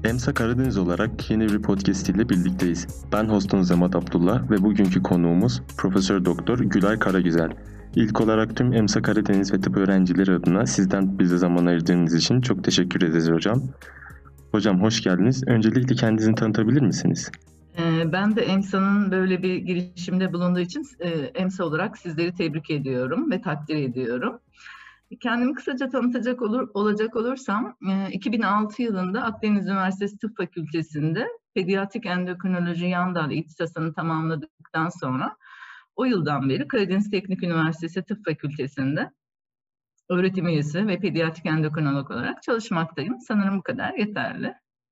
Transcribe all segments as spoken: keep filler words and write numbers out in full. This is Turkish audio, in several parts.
EMSA Karadeniz olarak yeni bir podcast ile birlikteyiz. Ben hostunuz Zemat Abdullah ve bugünkü konuğumuz Profesör Doktor Gülay Karagüzel. İlk olarak tüm EMSA Karadeniz ve tıp öğrencileri adına sizden bize zaman ayırdığınız için çok teşekkür ederiz hocam. Hocam hoş geldiniz. Öncelikle kendinizi tanıtabilir misiniz? Ben de EMSA'nın böyle bir girişimde bulunduğu için EMSA olarak sizleri tebrik ediyorum ve takdir ediyorum. Kendimi kısaca tanıtacak olur, olacak olursam, iki bin altı yılında Akdeniz Üniversitesi Tıp Fakültesi'nde pediatrik endokrinoloji yan dal ihtisasını tamamladıktan sonra o yıldan beri Karadeniz Teknik Üniversitesi Tıp Fakültesi'nde öğretim üyesi ve pediatrik endokrinolog olarak çalışmaktayım. Sanırım bu kadar yeterli.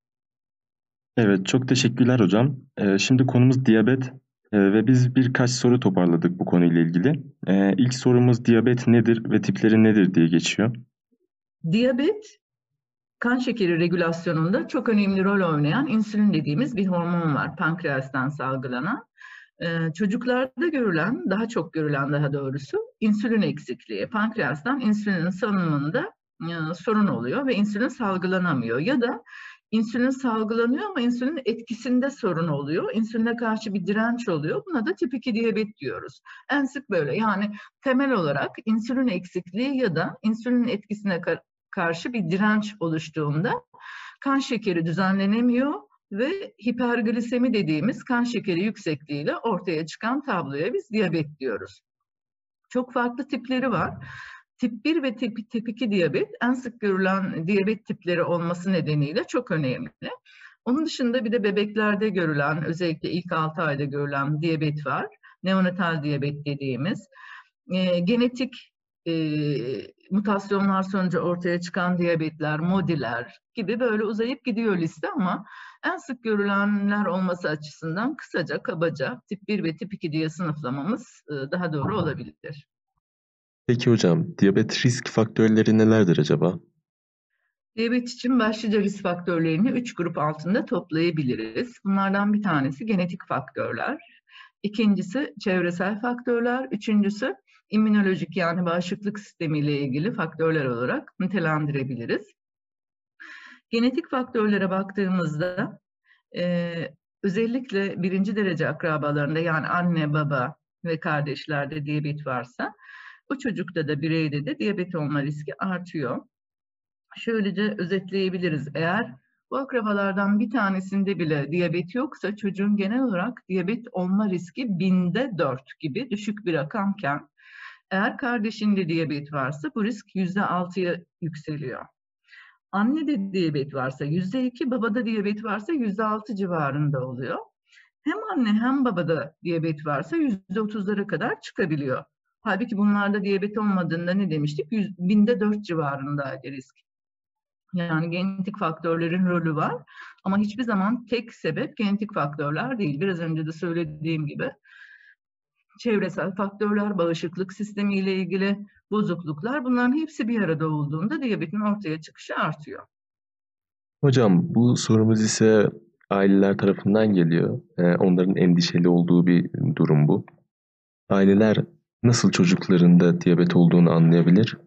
Evet, çok teşekkürler hocam. Ee, şimdi konumuz diyabet ee, ve biz birkaç soru toparladık bu konuyla ilgili. Ee, ilk sorumuz diyabet nedir ve tipleri nedir diye geçiyor. Diyabet, kan şekeri regülasyonunda çok önemli rol oynayan insülin dediğimiz bir hormon var, pankreastan salgılanan. Ee, çocuklarda görülen, daha çok görülen daha doğrusu insülin eksikliği. Pankreastan insülinin salınımında e, sorun oluyor ve insülin salgılanamıyor ya da insülin salgılanıyor ama insülinin etkisinde sorun oluyor. İnsüline karşı bir direnç oluyor. Buna da tip iki diyabet diyoruz. En sık böyle, yani temel olarak insülin eksikliği ya da insülinin etkisine kar karşı bir direnç oluştuğunda kan şekeri düzenlenemiyor ve hiperglisemi dediğimiz kan şekeri yüksekliğiyle ortaya çıkan tabloya biz diyabet diyoruz. Çok farklı tipleri var. Tip bir ve tip, tip iki diyabet en sık görülen diyabet tipleri olması nedeniyle çok önemli. Onun dışında bir de bebeklerde görülen, özellikle ilk altı ayda görülen diyabet var. Neonatal diyabet dediğimiz. E, genetik e, mutasyonlar sonucu ortaya çıkan diyabetler, modiler gibi böyle uzayıp gidiyor liste ama en sık görülenler olması açısından kısaca, kabaca tip bir ve tip iki diye sınıflamamız e, daha doğru olabilir. Peki hocam, diyabet risk faktörleri nelerdir acaba? Diyabet için başlıca risk faktörlerini üç grup altında toplayabiliriz. Bunlardan bir tanesi genetik faktörler, ikincisi çevresel faktörler, üçüncüsü immünolojik yani bağışıklık sistemiyle ilgili faktörler olarak nitelendirebiliriz. Genetik faktörlere baktığımızda e, özellikle birinci derece akrabalarında yani anne, baba ve kardeşlerde diyabet varsa bu çocukta da bireyde de diyabet olma riski artıyor. Şöylece özetleyebiliriz. Eğer bu akrabalardan bir tanesinde bile diyabet yoksa çocuğun genel olarak diyabet olma riski binde dört gibi düşük bir rakamken eğer kardeşinde diyabet varsa bu risk yüzde altıya yükseliyor. Annede diyabet varsa yüzde iki, babada diyabet varsa yüzde altı civarında oluyor. Hem anne hem babada diyabet varsa yüzde otuzlara kadar çıkabiliyor. Halbuki bunlarda diyabet olmadığında ne demiştik? Binde dört civarındaydı risk. Yani genetik faktörlerin rolü var ama hiçbir zaman tek sebep genetik faktörler değil. Biraz önce de söylediğim gibi çevresel faktörler, bağışıklık sistemiyle ilgili bozukluklar, bunların hepsi bir arada olduğunda diyabetin ortaya çıkışı artıyor. Hocam bu sorumuz ise aileler tarafından geliyor. Ee, onların endişeli olduğu bir durum bu. Aileler nasıl çocuklarında diyabet olduğunu anlayabilir?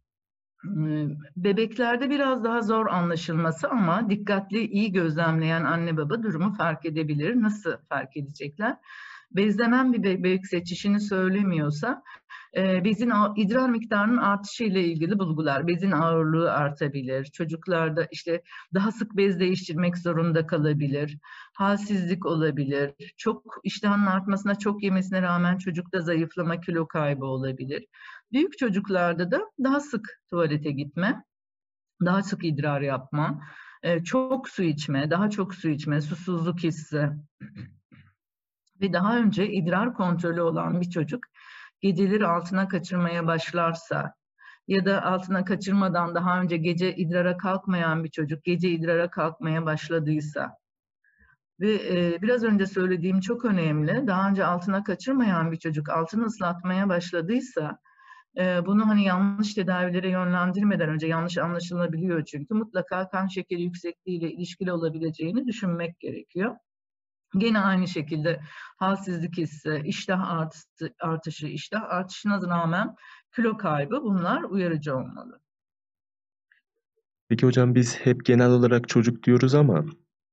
Bebeklerde biraz daha zor anlaşılması ama dikkatli, iyi gözlemleyen anne baba durumu fark edebilir. Nasıl fark edecekler? Bezlenen bir bebek seçişini söylemiyorsa bezin idrar miktarının artışı ile ilgili bulgular, bezin ağırlığı artabilir, çocuklarda işte daha sık bez değiştirmek zorunda kalabilir, halsizlik olabilir, çok iştahın artmasına, çok yemesine rağmen çocukta zayıflama, kilo kaybı olabilir. Büyük çocuklarda da daha sık tuvalete gitme, daha sık idrar yapma, çok su içme, daha çok su içme, susuzluk hissi ve daha önce idrar kontrolü olan bir çocuk geceleri altına kaçırmaya başlarsa ya da altına kaçırmadan daha önce gece idrara kalkmayan bir çocuk gece idrara kalkmaya başladıysa ve e, biraz önce söylediğim çok önemli, daha önce altına kaçırmayan bir çocuk altını ıslatmaya başladıysa e, bunu hani yanlış tedavilere yönlendirmeden önce, yanlış anlaşılabiliyor çünkü mutlaka kan şekeri yüksekliğiyle ilişkili olabileceğini düşünmek gerekiyor. Gene aynı şekilde halsizlik hissi, iştah artışı, artışı, iştah artışına rağmen kilo kaybı, bunlar uyarıcı olmalı. Peki hocam biz hep genel olarak çocuk diyoruz ama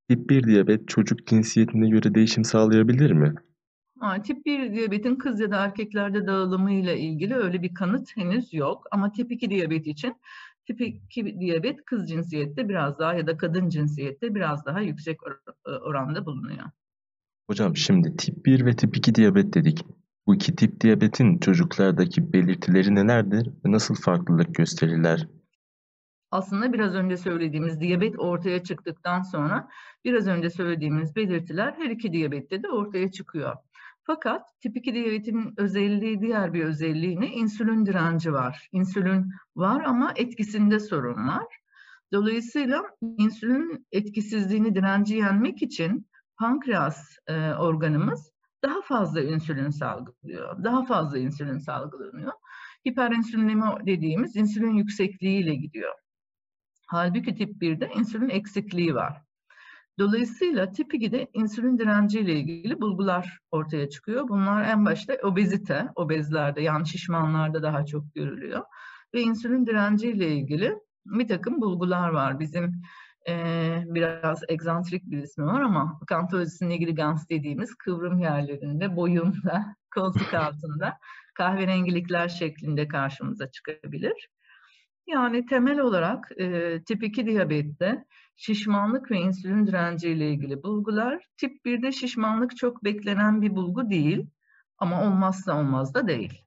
Tip bir diyabet çocuk cinsiyetine göre değişim sağlayabilir mi? Ha, tip bir diyabetin kız ya da erkeklerde dağılımıyla ilgili öyle bir kanıt henüz yok. Ama tip iki diyabet için tip iki diyabet kız cinsiyette biraz daha ya da kadın cinsiyette biraz daha yüksek or- oranda bulunuyor. Hocam şimdi tip bir ve tip iki diyabet dedik. Bu iki tip diyabetin çocuklardaki belirtileri nelerdir ve nasıl farklılık gösterirler? Aslında biraz önce söylediğimiz diyabet ortaya çıktıktan sonra biraz önce söylediğimiz belirtiler her iki diyabette de ortaya çıkıyor. Fakat tip iki diyabetin özelliği, diğer bir özelliği ne? İnsülin direnci var. İnsülin var ama etkisinde sorun var. Dolayısıyla insülin etkisizliğini, direnci yenmek için pankreas e, organımız daha fazla insülin salgılıyor. Daha fazla insülin salgılanıyor. Hiperinsülinemi dediğimiz insülin yüksekliğiyle gidiyor. Halbuki tip birde insülin eksikliği var. Dolayısıyla tip ikide insülin direnciyle ilgili bulgular ortaya çıkıyor. Bunlar en başta obezite, obezlerde yani şişmanlarda daha çok görülüyor. Ve insülin direnciyle ilgili bir takım bulgular var. Bizim e, biraz egzantrik bir ismi var ama kantozisi nigrigans dediğimiz kıvrım yerlerinde, boyunda, koltuk altında kahverengilikler şeklinde karşımıza çıkabilir. Yani temel olarak e, tip iki diyabette şişmanlık ve insülin direnci ile ilgili bulgular. Tip birde şişmanlık çok beklenen bir bulgu değil ama olmazsa olmaz da değil.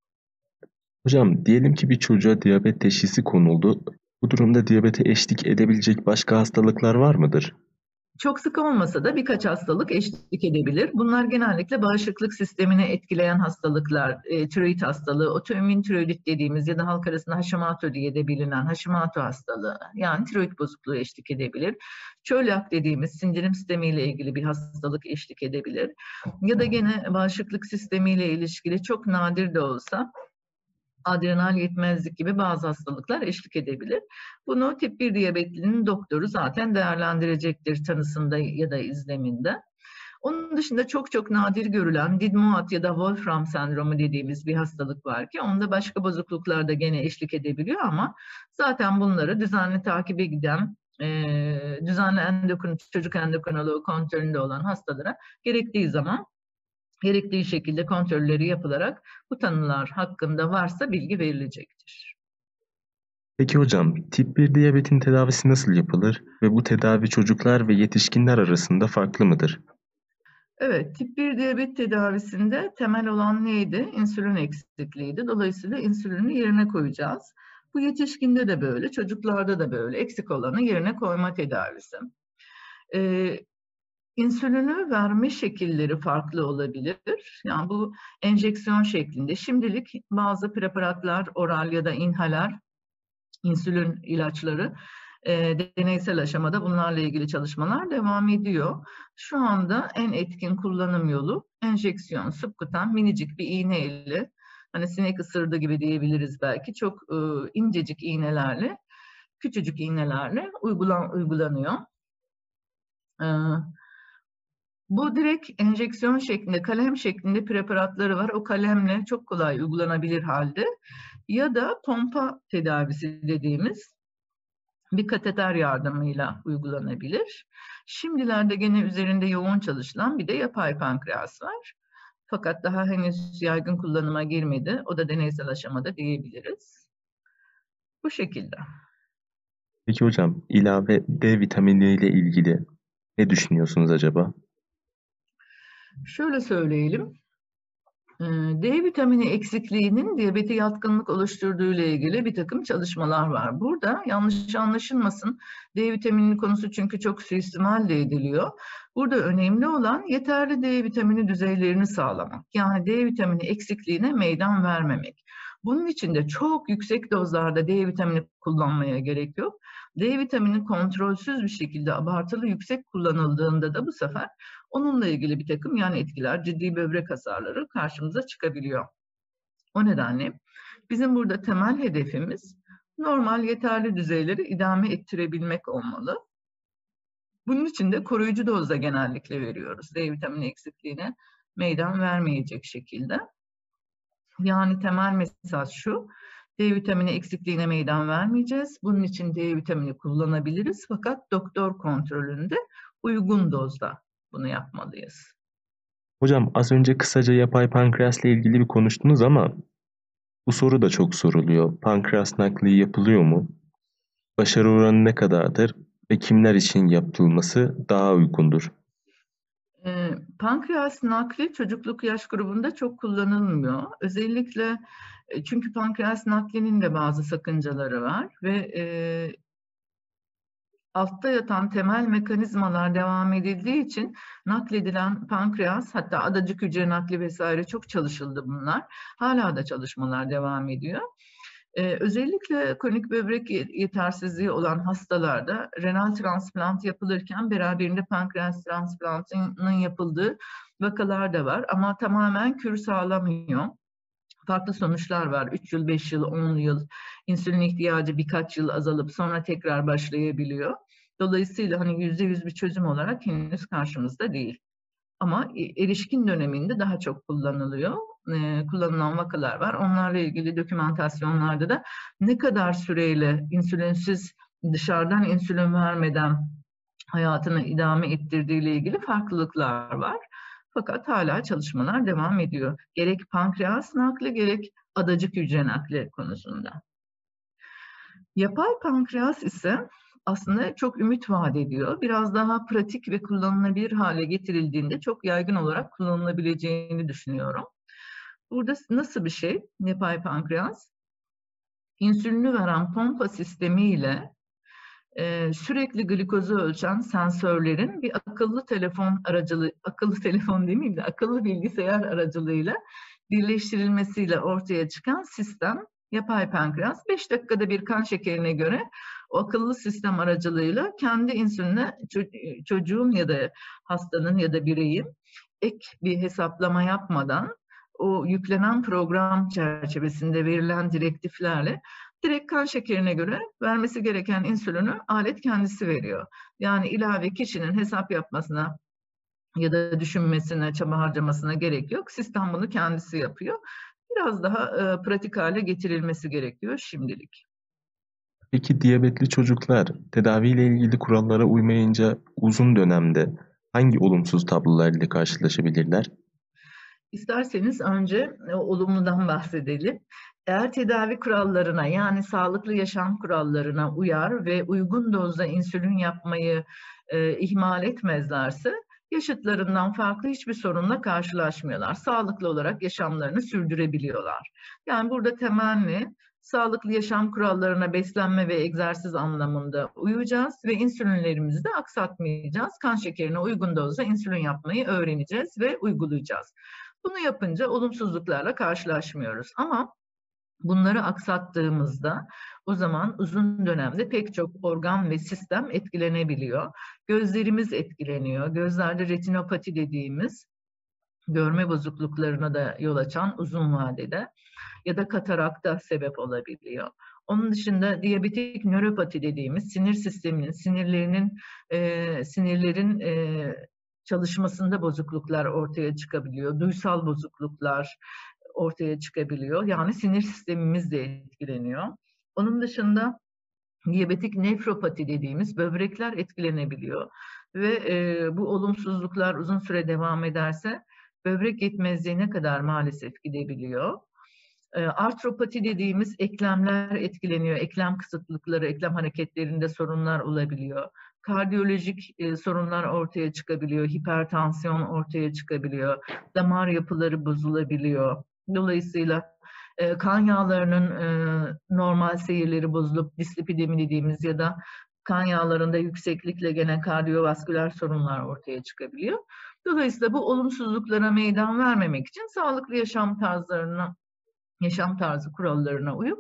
Hocam diyelim ki bir çocuğa diyabet teşhisi konuldu. Bu durumda diyabete eşlik edebilecek başka hastalıklar var mıdır? Çok sık olmasa da birkaç hastalık eşlik edebilir. Bunlar genellikle bağışıklık sistemini etkileyen hastalıklar, e, tiroid hastalığı, otoimmün tiroidit dediğimiz ya da halk arasında Hashimoto diye de bilinen Hashimoto hastalığı, yani tiroid bozukluğu eşlik edebilir. Çölyak dediğimiz sindirim sistemiyle ilgili bir hastalık eşlik edebilir. Ya da gene bağışıklık sistemiyle ilişkili çok nadir de olsa adrenal yetmezlik gibi bazı hastalıklar eşlik edebilir. Bunu tip bir diyabetlinin doktoru zaten değerlendirecektir tanısında ya da izleminde. Onun dışında çok çok nadir görülen Didmuat ya da Wolfram sendromu dediğimiz bir hastalık var ki onda başka bozukluklar da gene eşlik edebiliyor ama zaten bunları düzenli takibe giden e, düzenli endokrin, çocuk endokrinoloğu kontrolünde olan hastalara gerektiği zaman gerektiği şekilde kontrolleri yapılarak bu tanılar hakkında varsa bilgi verilecektir. Peki hocam, tip bir diyabetin tedavisi nasıl yapılır ve bu tedavi çocuklar ve yetişkinler arasında farklı mıdır? Evet, tip bir diyabet tedavisinde temel olan neydi? İnsülin eksikliğiydi. Dolayısıyla insülini yerine koyacağız. Bu yetişkinde de böyle, çocuklarda da böyle. Eksik olanı yerine koyma tedavisi. Ee, İnsülini verme şekilleri farklı olabilir. Yani bu enjeksiyon şeklinde. Şimdilik bazı preparatlar, oral ya da inhaler, insülin ilaçları e, deneysel aşamada bunlarla ilgili çalışmalar devam ediyor. Şu anda en etkin kullanım yolu enjeksiyon, subkutan, minicik bir iğne ile, hani sinek ısırdı gibi diyebiliriz belki, çok e, incecik iğnelerle, küçücük iğnelerle uygulan, uygulanıyor. E, Bu direkt enjeksiyon şeklinde, kalem şeklinde preparatları var. O kalemle çok kolay uygulanabilir halde. Ya da pompa tedavisi dediğimiz bir kateter yardımıyla uygulanabilir. Şimdilerde gene üzerinde yoğun çalışılan bir de yapay pankreas var. Fakat daha henüz yaygın kullanıma girmedi. O da deneysel aşamada diyebiliriz. Bu şekilde. Peki hocam, ilave D vitamini ile ilgili ne düşünüyorsunuz acaba? Şöyle söyleyelim. D vitamini eksikliğinin diyabete yatkınlık oluşturduğu ile ilgili bir takım çalışmalar var. Burada yanlış anlaşılmasın, D vitamini konusu çünkü çok suistimal de ediliyor. Burada önemli olan yeterli D vitamini düzeylerini sağlamak. Yani D vitamini eksikliğine meydan vermemek. Bunun için de çok yüksek dozlarda D vitamini kullanmaya gerek yok. D vitamini kontrolsüz bir şekilde abartılı yüksek kullanıldığında da bu sefer onunla ilgili bir takım yan etkiler, ciddi böbrek hasarları karşımıza çıkabiliyor. O nedenle bizim burada temel hedefimiz normal yeterli düzeyleri idame ettirebilmek olmalı. Bunun için de koruyucu dozda genellikle veriyoruz. D vitamini eksikliğine meydan vermeyecek şekilde. Yani temel mesaj şu: D vitamini eksikliğine meydan vermeyeceğiz. Bunun için D vitamini kullanabiliriz fakat doktor kontrolünde uygun dozda bunu yapmalıyız. Hocam az önce kısaca yapay pankreasla ilgili bir konuştunuz ama bu soru da çok soruluyor. Pankreas nakli yapılıyor mu? Başarı oranı ne kadardır ve kimler için yapılması daha uygundur? E, pankreas nakli çocukluk yaş grubunda çok kullanılmıyor. Özellikle e, çünkü pankreas naklinin de bazı sakıncaları var ve e, altta yatan temel mekanizmalar devam edildiği için nakledilen pankreas, hatta adacık hücre nakli vesaire çok çalışıldı bunlar. Hala da çalışmalar devam ediyor. Ee, özellikle kronik böbrek yetersizliği olan hastalarda renal transplant yapılırken beraberinde pankreas transplantının yapıldığı vakalar da var ama tamamen kür sağlamıyor. Farklı sonuçlar var. üç yıl, beş yıl, on yıl insülin ihtiyacı birkaç yıl azalıp sonra tekrar başlayabiliyor. Dolayısıyla hani yüzde yüz bir çözüm olarak henüz karşımızda değil. Ama erişkin döneminde daha çok kullanılıyor. Ee, kullanılan vakalar var. Onlarla ilgili dokümantasyonlarda da ne kadar süreyle insülinsiz dışarıdan insülin vermeden hayatını idame ettirdiğiyle ilgili farklılıklar var. Fakat hala çalışmalar devam ediyor. Gerek pankreas nakli gerek adacık hücre nakli konusunda. Yapay pankreas ise aslında çok ümit vaat ediyor. Biraz daha pratik ve kullanılabilir hale getirildiğinde çok yaygın olarak kullanılabileceğini düşünüyorum. Burada nasıl bir şey yapay pankreas? İnsülini veren pompa sistemiyle e, sürekli glikozu ölçen sensörlerin bir akıllı telefon aracılığı, akıllı telefon demeyeyim de akıllı bilgisayar aracılığıyla birleştirilmesiyle ortaya çıkan sistem yapay pankreas. beş dakikada bir kan şekerine göre o akıllı sistem aracılığıyla kendi insülinine çocuğun ya da hastanın ya da bireyin ek bir hesaplama yapmadan o yüklenen program çerçevesinde verilen direktiflerle direkt kan şekerine göre vermesi gereken insülini alet kendisi veriyor. Yani ilave kişinin hesap yapmasına ya da düşünmesine, çaba harcamasına gerek yok. Sistem bunu kendisi yapıyor. Biraz daha e, pratik hale getirilmesi gerekiyor şimdilik. Peki diyabetli çocuklar tedaviyle ilgili kurallara uymayınca uzun dönemde hangi olumsuz tablolarla karşılaşabilirler? İsterseniz önce e, olumludan bahsedelim. Eğer tedavi kurallarına yani sağlıklı yaşam kurallarına uyar ve uygun dozda insülin yapmayı e, ihmal etmezlerse yaşıtlarından farklı hiçbir sorunla karşılaşmıyorlar. Sağlıklı olarak yaşamlarını sürdürebiliyorlar. Yani burada temenni sağlıklı yaşam kurallarına beslenme ve egzersiz anlamında uyacağız ve insülinlerimizi de aksatmayacağız. Kan şekerine uygun dozda insülin yapmayı öğreneceğiz ve uygulayacağız. Bunu yapınca olumsuzluklarla karşılaşmıyoruz. Ama bunları aksattığımızda o zaman uzun dönemde pek çok organ ve sistem etkilenebiliyor. Gözlerimiz etkileniyor. Gözlerde retinopati dediğimiz görme bozukluklarına da yol açan uzun vadede ya da katarakta sebep olabiliyor. Onun dışında diyabetik nöropati dediğimiz sinir sisteminin, sinirlerinin, e, sinirlerin e, çalışmasında bozukluklar ortaya çıkabiliyor. Duysal bozukluklar ortaya çıkabiliyor. Yani sinir sistemimiz de etkileniyor. Onun dışında diyabetik nefropati dediğimiz böbrekler etkilenebiliyor. Ve e, bu olumsuzluklar uzun süre devam ederse böbrek yetmezliğine kadar maalesef gidebiliyor. E, artropati dediğimiz eklemler etkileniyor. Eklem kısıtlıkları, eklem hareketlerinde sorunlar olabiliyor. Kardiyolojik e, sorunlar ortaya çıkabiliyor. Hipertansiyon ortaya çıkabiliyor. Damar yapıları bozulabiliyor. Dolayısıyla e, kan yağlarının e, normal seyirleri bozulup dislipidemi dediğimiz ya da kan yağlarında yükseklikle gene kardiyovasküler sorunlar ortaya çıkabiliyor. Dolayısıyla bu olumsuzluklara meydan vermemek için sağlıklı yaşam tarzlarına, yaşam tarzı kurallarına uyup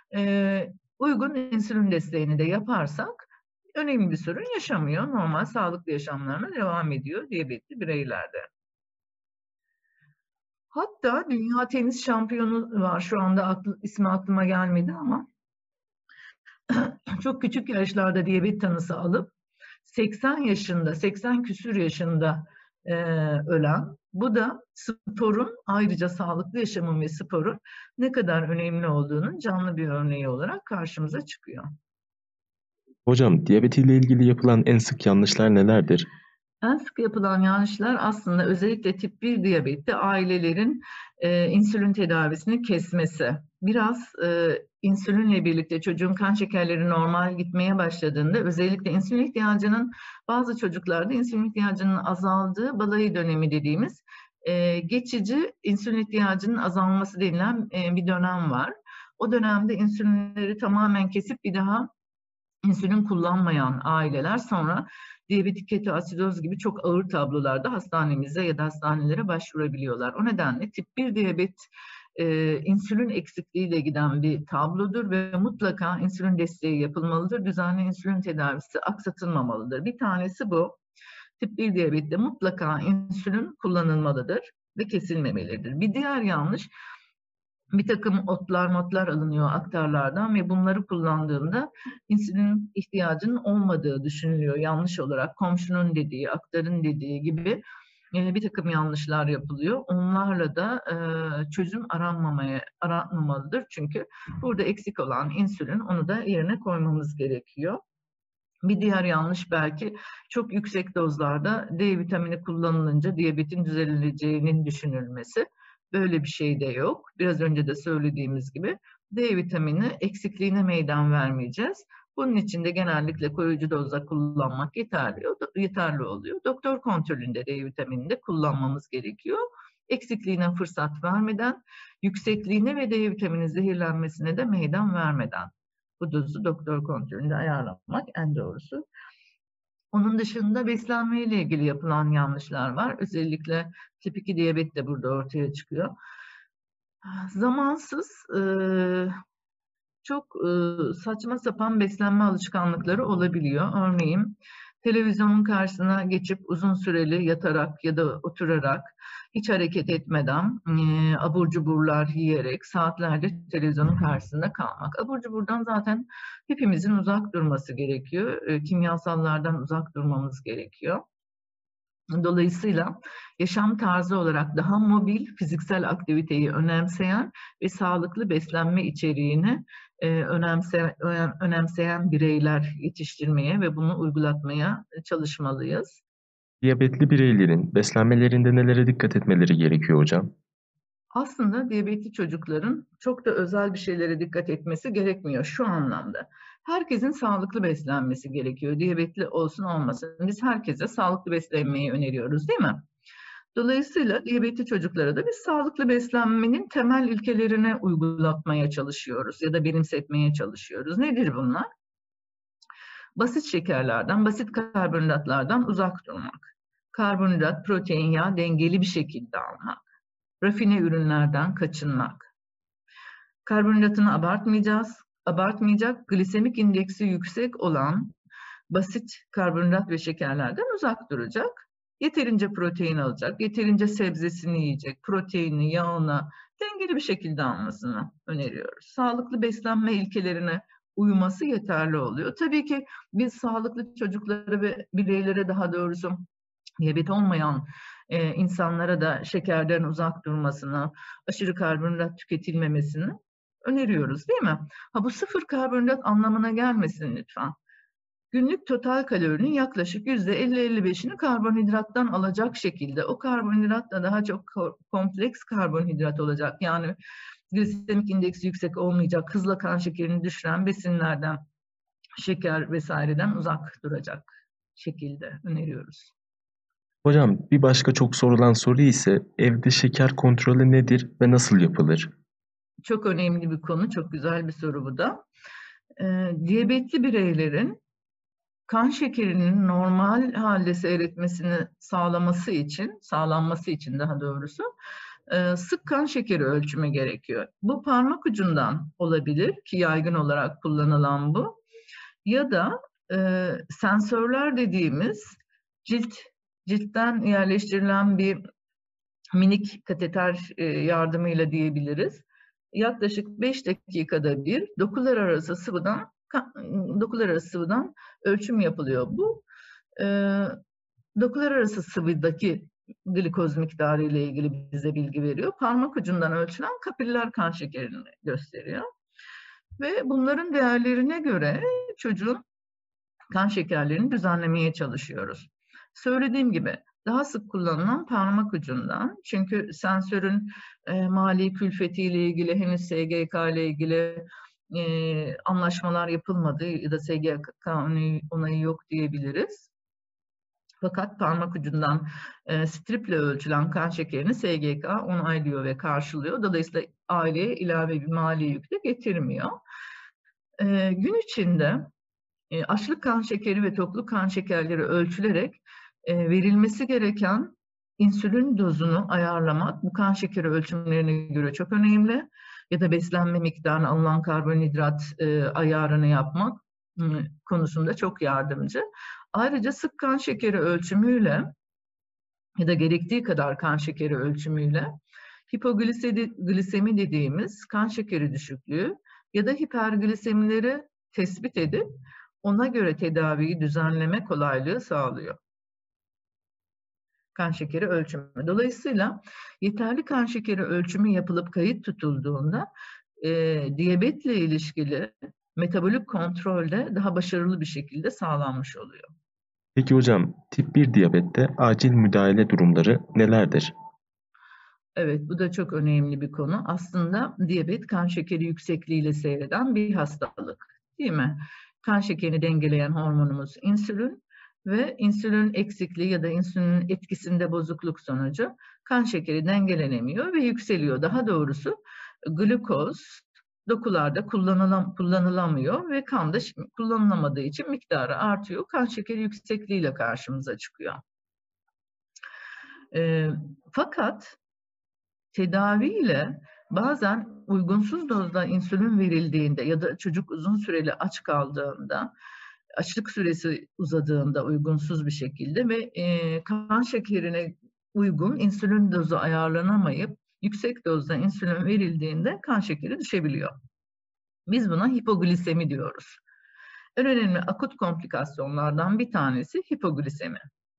e, uygun insülin desteğini de yaparsak önemli bir sorun yaşamıyor. Normal sağlıklı yaşamlarına devam ediyor diyabetli bireylerde. Hatta dünya tenis şampiyonu var. Şu anda aklı, ismi aklıma gelmedi ama çok küçük yaşlarda diyabet tanısı alıp seksen yaşında, seksen küsür yaşında e, ölen. Bu da sporun, ayrıca sağlıklı yaşamın ve sporun ne kadar önemli olduğunun canlı bir örneği olarak karşımıza çıkıyor. Hocam diyabet ile ilgili yapılan en sık yanlışlar nelerdir? En sık yapılan yanlışlar aslında özellikle tip bir diyabette ailelerin e, insülin tedavisini kesmesi. Biraz e, insülinle birlikte çocuğun kan şekerleri normal gitmeye başladığında özellikle insülin ihtiyacının bazı çocuklarda insülin ihtiyacının azaldığı balayı dönemi dediğimiz e, geçici insülin ihtiyacının azalması denilen e, bir dönem var. O dönemde insülinleri tamamen kesip bir daha insülin kullanmayan aileler sonra diyabetik ketoasidoz gibi çok ağır tablolarda hastanemize ya da hastanelere başvurabiliyorlar. O nedenle tip bir diyabet e, insülin eksikliğiyle giden bir tablodur ve mutlaka insülin desteği yapılmalıdır. Düzenli insülin tedavisi aksatılmamalıdır. Bir tanesi bu. Tip bir diyabette mutlaka insülin kullanılmalıdır ve kesilmemelidir. Bir diğer yanlış, bir takım otlar motlar alınıyor aktarlardan ve bunları kullandığında insülin ihtiyacının olmadığı düşünülüyor yanlış olarak. Komşunun dediği, aktarın dediği gibi e, bir takım yanlışlar yapılıyor. Onlarla da e, çözüm aranmamaya, aranmamalıdır. Çünkü burada eksik olan insülin, onu da yerine koymamız gerekiyor. Bir diğer yanlış belki çok yüksek dozlarda D vitamini kullanılınca diyabetin düzeleceğinin düşünülmesi. Böyle bir şey de yok. Biraz önce de söylediğimiz gibi D vitamini eksikliğine meydan vermeyeceğiz. Bunun için de genellikle koruyucu dozda kullanmak yeterli, yeterli oluyor. Doktor kontrolünde D vitaminini de kullanmamız gerekiyor. Eksikliğine fırsat vermeden, yüksekliğine ve D vitamini zehirlenmesine de meydan vermeden. Bu dozu doktor kontrolünde ayarlamak en doğrusu. Onun dışında beslenme ile ilgili yapılan yanlışlar var. Özellikle tip iki diyabet de burada ortaya çıkıyor. Zamansız, çok saçma sapan beslenme alışkanlıkları olabiliyor. Örneğin televizyonun karşısına geçip uzun süreli yatarak ya da oturarak hiç hareket etmeden e, abur cuburlar yiyerek saatlerce televizyonun karşısında kalmak. Abur cuburdan zaten hepimizin uzak durması gerekiyor. E, kimyasallardan uzak durmamız gerekiyor. Dolayısıyla yaşam tarzı olarak daha mobil, fiziksel aktiviteyi önemseyen ve sağlıklı beslenme içeriğini e, önemse, önemseyen bireyler yetiştirmeye ve bunu uygulatmaya çalışmalıyız. Diyabetli bireylerin beslenmelerinde nelere dikkat etmeleri gerekiyor hocam? Aslında diyabetli çocukların çok da özel bir şeylere dikkat etmesi gerekmiyor şu anlamda. Herkesin sağlıklı beslenmesi gerekiyor. Diyabetli olsun olmasın. Biz herkese sağlıklı beslenmeyi öneriyoruz, değil mi? Dolayısıyla diyabetli çocuklara da biz sağlıklı beslenmenin temel ilkelerini uygulatmaya çalışıyoruz ya da benimsetmeye çalışıyoruz. Nedir bunlar? Basit şekerlerden, basit karbonhidratlardan uzak durmak. Karbonhidrat, protein, yağ dengeli bir şekilde almak. Rafine ürünlerden kaçınmak. Karbonhidratını abartmayacağız. Abartmayacak, glisemik indeksi yüksek olan basit karbonhidrat ve şekerlerden uzak duracak. Yeterince protein alacak, yeterince sebzesini yiyecek, proteini, yağını dengeli bir şekilde almasını öneriyoruz. Sağlıklı beslenme ilkelerine uyması yeterli oluyor. Tabii ki biz sağlıklı çocuklara ve bireylere, daha doğrusu diyabet olmayan e, insanlara da şekerden uzak durmasını, aşırı karbonhidrat tüketilmemesini öneriyoruz, değil mi? Ha, bu sıfır karbonhidrat anlamına gelmesin lütfen. Günlük total kalorinin yaklaşık yüzde elli elli beşini karbonhidrattan alacak şekilde, o karbonhidrat da daha çok kompleks karbonhidrat olacak. Yani glisemik indeksi yüksek olmayacak, hızla kan şekerini düşüren besinlerden, şeker vesaireden uzak duracak şekilde öneriyoruz. Hocam bir başka çok sorulan soru ise evde şeker kontrolü nedir ve nasıl yapılır? Çok önemli bir konu, çok güzel bir soru bu da. Ee, diyabetli bireylerin kan şekerinin normal halde seyretmesini sağlaması için, sağlanması için daha doğrusu e, sık kan şekeri ölçümü gerekiyor. Bu parmak ucundan olabilir ki yaygın olarak kullanılan bu. Ya da e, sensörler dediğimiz cilt ciltten yerleştirilen bir minik kateter e, yardımıyla diyebiliriz. Yaklaşık beş dakikada bir dokular arası sıvıdan dokular arası sıvıdan ölçüm yapılıyor. Bu e, dokular arası sıvıdaki glikoz miktarı ile ilgili bize bilgi veriyor. Parmak ucundan ölçülen kapiller kan şekerini gösteriyor. Ve bunların değerlerine göre çocuğun kan şekerlerini düzenlemeye çalışıyoruz. Söylediğim gibi daha sık kullanılan parmak ucundan. Çünkü sensörün e, mali külfetiyle ilgili henüz S G K ile ilgili e, anlaşmalar yapılmadı ya da S G K onayı yok diyebiliriz. Fakat parmak ucundan e, striple ölçülen kan şekerini S G K onaylıyor ve karşılıyor. Dolayısıyla aileye ilave bir mali yük de getirmiyor. E, gün içinde e, açlık kan şekeri ve tokluk kan şekerleri ölçülerek e, verilmesi gereken insülin dozunu ayarlamak bu kan şekeri ölçümlerine göre çok önemli. Ya da beslenme miktarını, alınan karbonhidrat e, ayarını yapmak e, konusunda çok yardımcı. Ayrıca sık kan şekeri ölçümüyle ya da gerektiği kadar kan şekeri ölçümüyle hipoglisemi dediğimiz kan şekeri düşüklüğü ya da hiperglisemileri tespit edip ona göre tedaviyi düzenleme kolaylığı sağlıyor. Kan şekeri ölçümü. Dolayısıyla yeterli kan şekeri ölçümü yapılıp kayıt tutulduğunda e, diyabetle ilişkili metabolik kontrolde daha başarılı bir şekilde sağlanmış oluyor. Peki hocam, tip bir diyabette acil müdahale durumları nelerdir? Evet, bu da çok önemli bir konu. Aslında diyabet kan şekeri yüksekliğiyle seyreden bir hastalık, değil mi? Kan şekerini dengeleyen hormonumuz insülin ve insülin eksikliği ya da insülinin etkisinde bozukluk sonucu kan şekeri dengelenemiyor ve yükseliyor. Daha doğrusu glukoz dokularda kullanılam kullanılamıyor ve kanda kullanılamadığı için miktarı artıyor. Kan şekeri yüksekliğiyle karşımıza çıkıyor. E, fakat tedaviyle bazen uygunsuz dozda insülin verildiğinde ya da çocuk uzun süreli aç kaldığında, açlık süresi uzadığında uygunsuz bir şekilde ve e, kan şekerine uygun insülin dozu ayarlanamayıp yüksek dozda insülin verildiğinde kan şekeri düşebiliyor. Biz buna hipoglisemi diyoruz. En önemli akut komplikasyonlardan bir tanesi hipoglisemi.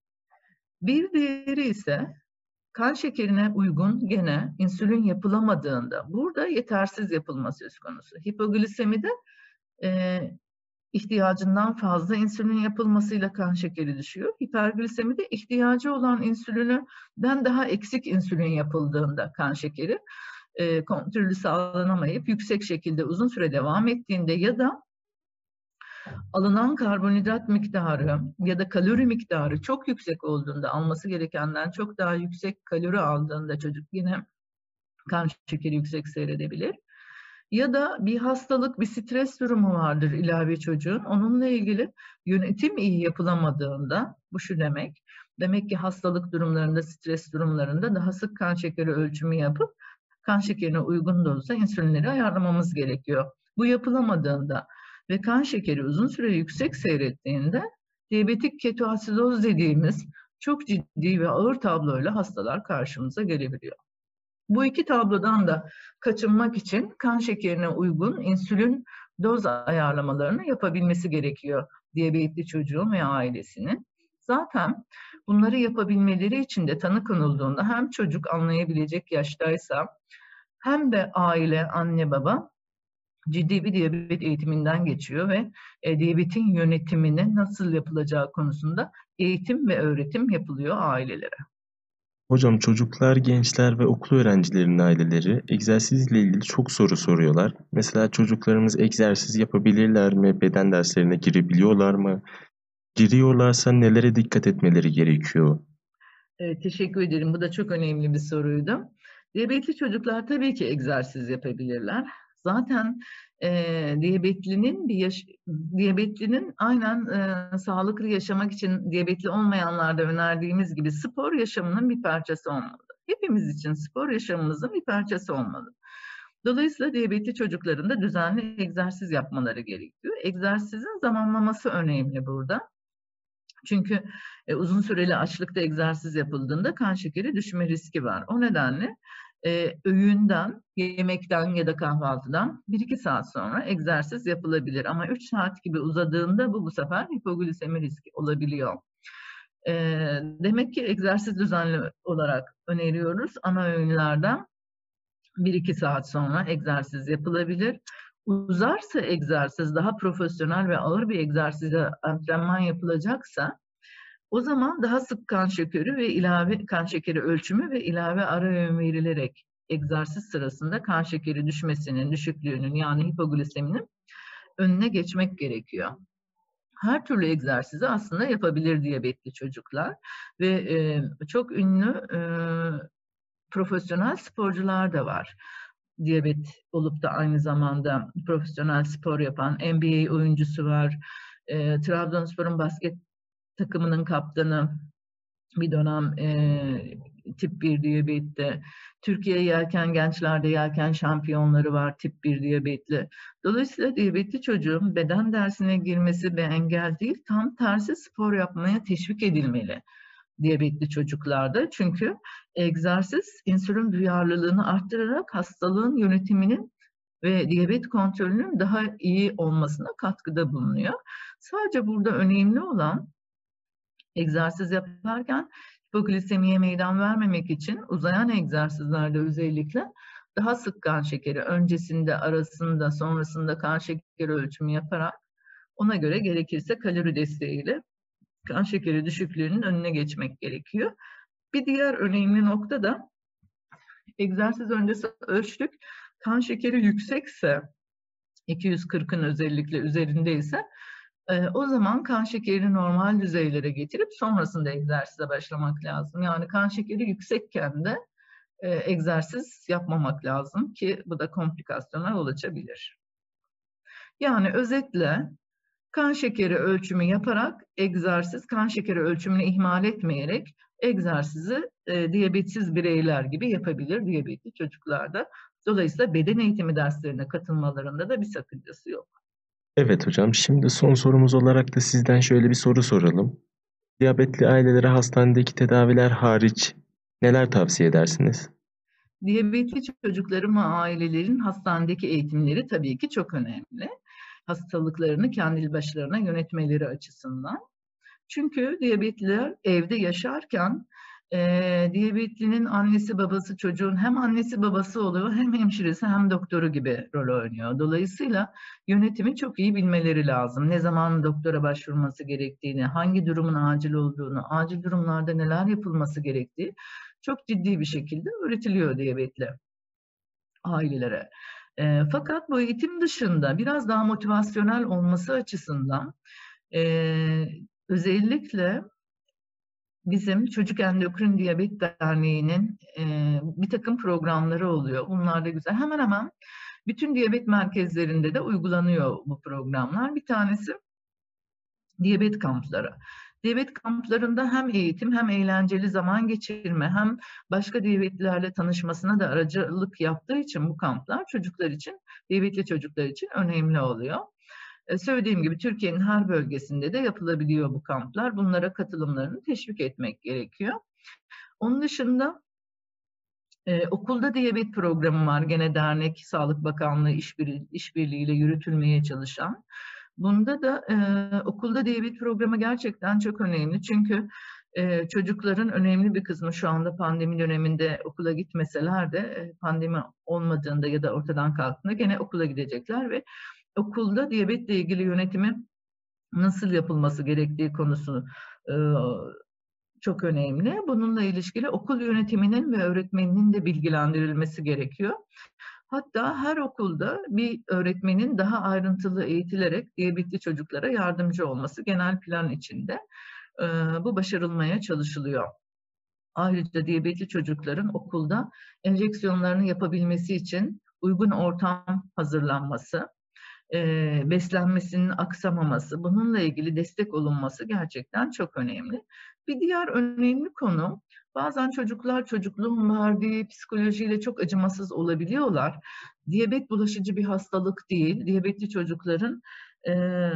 Bir diğeri ise kan şekerine uygun gene insülin yapılamadığında burada yetersiz yapılma söz konusu. Hipoglisemide e, ihtiyacından fazla insülin yapılmasıyla kan şekeri düşüyor. Hiperglisemide ihtiyacı olan insülinden daha eksik insülin yapıldığında kan şekeri e, kontrolü sağlanamayıp yüksek şekilde uzun süre devam ettiğinde ya da alınan karbonhidrat miktarı ya da kalori miktarı çok yüksek olduğunda, alması gerekenden çok daha yüksek kalori aldığında çocuk yine kan şekeri yüksek seyredebilir. Ya da bir hastalık, bir stres durumu vardır ilave çocuğun. Onunla ilgili yönetim iyi yapılamadığında, bu şu demek, demek ki hastalık durumlarında, stres durumlarında daha sık kan şekeri ölçümü yapıp kan şekerine uygun dozda insülinleri ayarlamamız gerekiyor. Bu yapılamadığında ve kan şekeri uzun süre yüksek seyrettiğinde diyabetik ketoasidoz dediğimiz çok ciddi ve ağır tabloyla hastalar karşımıza gelebiliyor. Bu iki tablodan da kaçınmak için kan şekerine uygun insülin doz ayarlamalarını yapabilmesi gerekiyor diyabetli çocuğun ve ailesinin. Zaten bunları yapabilmeleri için de tanı konulduğunda hem çocuk anlayabilecek yaştaysa hem de aile, anne baba ciddi bir diyabet eğitiminden geçiyor ve e, diyabetin yönetiminin nasıl yapılacağı konusunda eğitim ve öğretim yapılıyor ailelere. Hocam, çocuklar, gençler ve okul öğrencilerinin aileleri egzersizle ilgili çok soru soruyorlar. Mesela çocuklarımız egzersiz yapabilirler mi? Beden derslerine girebiliyorlar mı? Giriyorlarsa nelere dikkat etmeleri gerekiyor? Evet, teşekkür ederim. Bu da çok önemli bir soruydu. Diyabetli çocuklar tabii ki egzersiz yapabilirler. Zaten e, diyabetlinin bir yaş diyabetlinin aynen e, sağlıklı yaşamak için diyabetli olmayanlarda önerdiğimiz gibi spor yaşamının bir parçası olmalı. Hepimiz için spor yaşamımızın bir parçası olmalı. Dolayısıyla diyabetli çocukların da düzenli egzersiz yapmaları gerekiyor. Egzersizin zamanlaması önemli burada. Çünkü e, uzun süreli açlıkta egzersiz yapıldığında kan şekeri düşme riski var. O nedenle e, öğünden, yemekten ya da kahvaltıdan bir iki saat sonra egzersiz yapılabilir. Ama üç saat gibi uzadığında bu bu sefer hipoglisemi riski olabiliyor. E, demek ki egzersiz düzenli olarak öneriyoruz. Ana öğünlerden bir iki saat sonra egzersiz yapılabilir. Uzarsa egzersiz, daha profesyonel ve ağır bir egzersize antrenman yapılacaksa O zaman daha sık kan şekeri ve ilave kan şekeri ölçümü ve ilave ara öğün verilerek egzersiz sırasında kan şekeri düşmesinin, düşüklüğünün yani hipogliseminin önüne geçmek gerekiyor. Her türlü egzersizi aslında yapabilir diyabetli çocuklar ve e, çok ünlü e, profesyonel sporcular da var. Diyabet olup da aynı zamanda profesyonel spor yapan N B A oyuncusu var. E, Trabzonspor'un basket takımının kaptanı bir dönem e, tip bir diyabette. Türkiye yelken, gençlerde yelken şampiyonları var tip bir diyabetli. Dolayısıyla diyabetli çocuğun beden dersine girmesi bir engel değil, tam tersi spor yapmaya teşvik edilmeli diyabetli çocuklarda. Çünkü egzersiz insülin duyarlılığını arttırarak hastalığın yönetiminin ve diyabet kontrolünün daha iyi olmasına katkıda bulunuyor. Sadece burada önemli olan egzersiz yaparken hipoglisemiye meydan vermemek için uzayan egzersizlerde özellikle daha sık kan şekeri öncesinde, arasında, sonrasında kan şekeri ölçümü yaparak ona göre gerekirse kalori desteğiyle kan şekeri düşüklüğünün önüne geçmek gerekiyor. Bir diğer önemli nokta da egzersiz öncesi ölçtük. Kan şekeri yüksekse, iki yüz kırkın özellikle üzerindeyse e, o zaman kan şekerini normal düzeylere getirip sonrasında egzersize başlamak lazım. Yani kan şekeri yüksekken de e, egzersiz yapmamak lazım ki bu da komplikasyona yol açabilir. Yani özetle kan şekeri ölçümü yaparak egzersiz, kan şekeri ölçümünü ihmal etmeyerek egzersizi e, diyabetsiz bireyler gibi yapabilir diyabetli çocuklarda. Dolayısıyla beden eğitimi derslerine katılmalarında da bir sakıncası yok. Evet hocam, şimdi son sorumuz olarak da sizden şöyle bir soru soralım. Diyabetli ailelere hastanedeki tedaviler hariç neler tavsiye edersiniz? Diyabetli çocukların ve ailelerin hastanedeki eğitimleri tabii ki çok önemli. Hastalıklarını kendi başlarına yönetmeleri açısından. Çünkü diyabetliler evde yaşarken e, diyabetlinin annesi babası çocuğun hem annesi babası oluyor hem hemşiresi hem doktoru gibi rol oynuyor. Dolayısıyla yönetimi çok iyi bilmeleri lazım. Ne zaman doktora başvurması gerektiğini, hangi durumun acil olduğunu, acil durumlarda neler yapılması gerektiği çok ciddi bir şekilde öğretiliyor diyabetli ailelere. E, fakat bu eğitim dışında biraz daha motivasyonel olması açısından e, özellikle bizim Çocuk Endokrin Diyabet Derneği'nin e, bir takım programları oluyor. Bunlar da güzel. Hemen hemen bütün diyabet merkezlerinde de uygulanıyor bu programlar. Bir tanesi diyabet kampları. Diyabet kamplarında hem eğitim hem eğlenceli zaman geçirme hem başka diyabetlilerle tanışmasına da aracılık yaptığı için bu kamplar çocuklar için, diyabetli çocuklar için önemli oluyor. Söylediğim gibi Türkiye'nin her bölgesinde de yapılabiliyor bu kamplar. Bunlara katılımlarını teşvik etmek gerekiyor. Onun dışında e, okulda diyabet programı var. Gene dernek, Sağlık Bakanlığı işbirliği, işbirliğiyle yürütülmeye çalışan. Bunda da e, okulda diyabet programı gerçekten çok önemli. Çünkü e, çocukların önemli bir kısmı şu anda pandemi döneminde okula gitmeseler de e, pandemi olmadığında ya da ortadan kalktığında gene okula gidecekler ve okulda diyabetle ilgili yönetimi nasıl yapılması gerektiği konusu e, çok önemli. Bununla ilişkili okul yönetiminin ve öğretmeninin de bilgilendirilmesi gerekiyor. Hatta her okulda bir öğretmenin daha ayrıntılı eğitilerek diyabetli çocuklara yardımcı olması genel plan içinde e, bu başarılmaya çalışılıyor. Ayrıca diyabetli çocukların okulda enjeksiyonlarını yapabilmesi için uygun ortam hazırlanması, e, beslenmesinin aksamaması, bununla ilgili destek olunması gerçekten çok önemli. Bir diğer önemli konu, bazen çocuklar çocukluğun verdiği psikolojiyle çok acımasız olabiliyorlar. Diyabet bulaşıcı bir hastalık değil. Diyabetli çocukların e,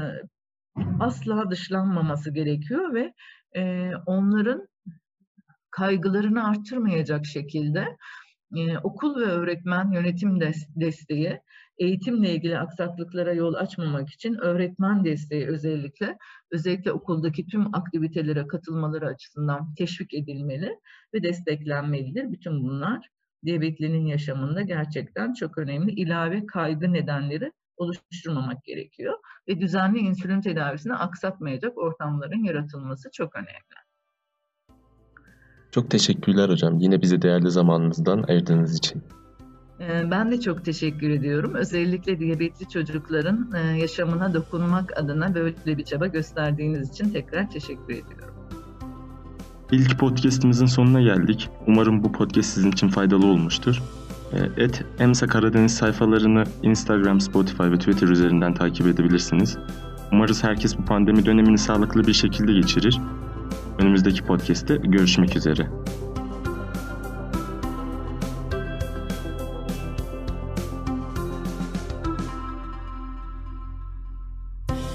asla dışlanmaması gerekiyor ve e, onların kaygılarını artırmayacak şekilde e, okul ve öğretmen yönetim desteği, eğitimle ilgili aksaklıklara yol açmamak için öğretmen desteği özellikle, özellikle okuldaki tüm aktivitelere katılmaları açısından teşvik edilmeli ve desteklenmelidir. Bütün bunlar diyabetlinin yaşamında gerçekten çok önemli. İlave kaygı nedenleri oluşturmamak gerekiyor ve düzenli insülin tedavisini aksatmayacak ortamların yaratılması çok önemli. Çok teşekkürler hocam. Yine bize değerli zamanınızdan ayırdığınız için. Ben de çok teşekkür ediyorum. Özellikle diyabetli çocukların yaşamına dokunmak adına böyle bir çaba gösterdiğiniz için tekrar teşekkür ediyorum. İlk podcast'imizin sonuna geldik. Umarım bu podcast sizin için faydalı olmuştur. Et EMSA Karadeniz sayfalarını Instagram, Spotify ve Twitter üzerinden takip edebilirsiniz. Umarız herkes bu pandemi dönemini sağlıklı bir şekilde geçirir. Önümüzdeki podcast'te görüşmek üzere.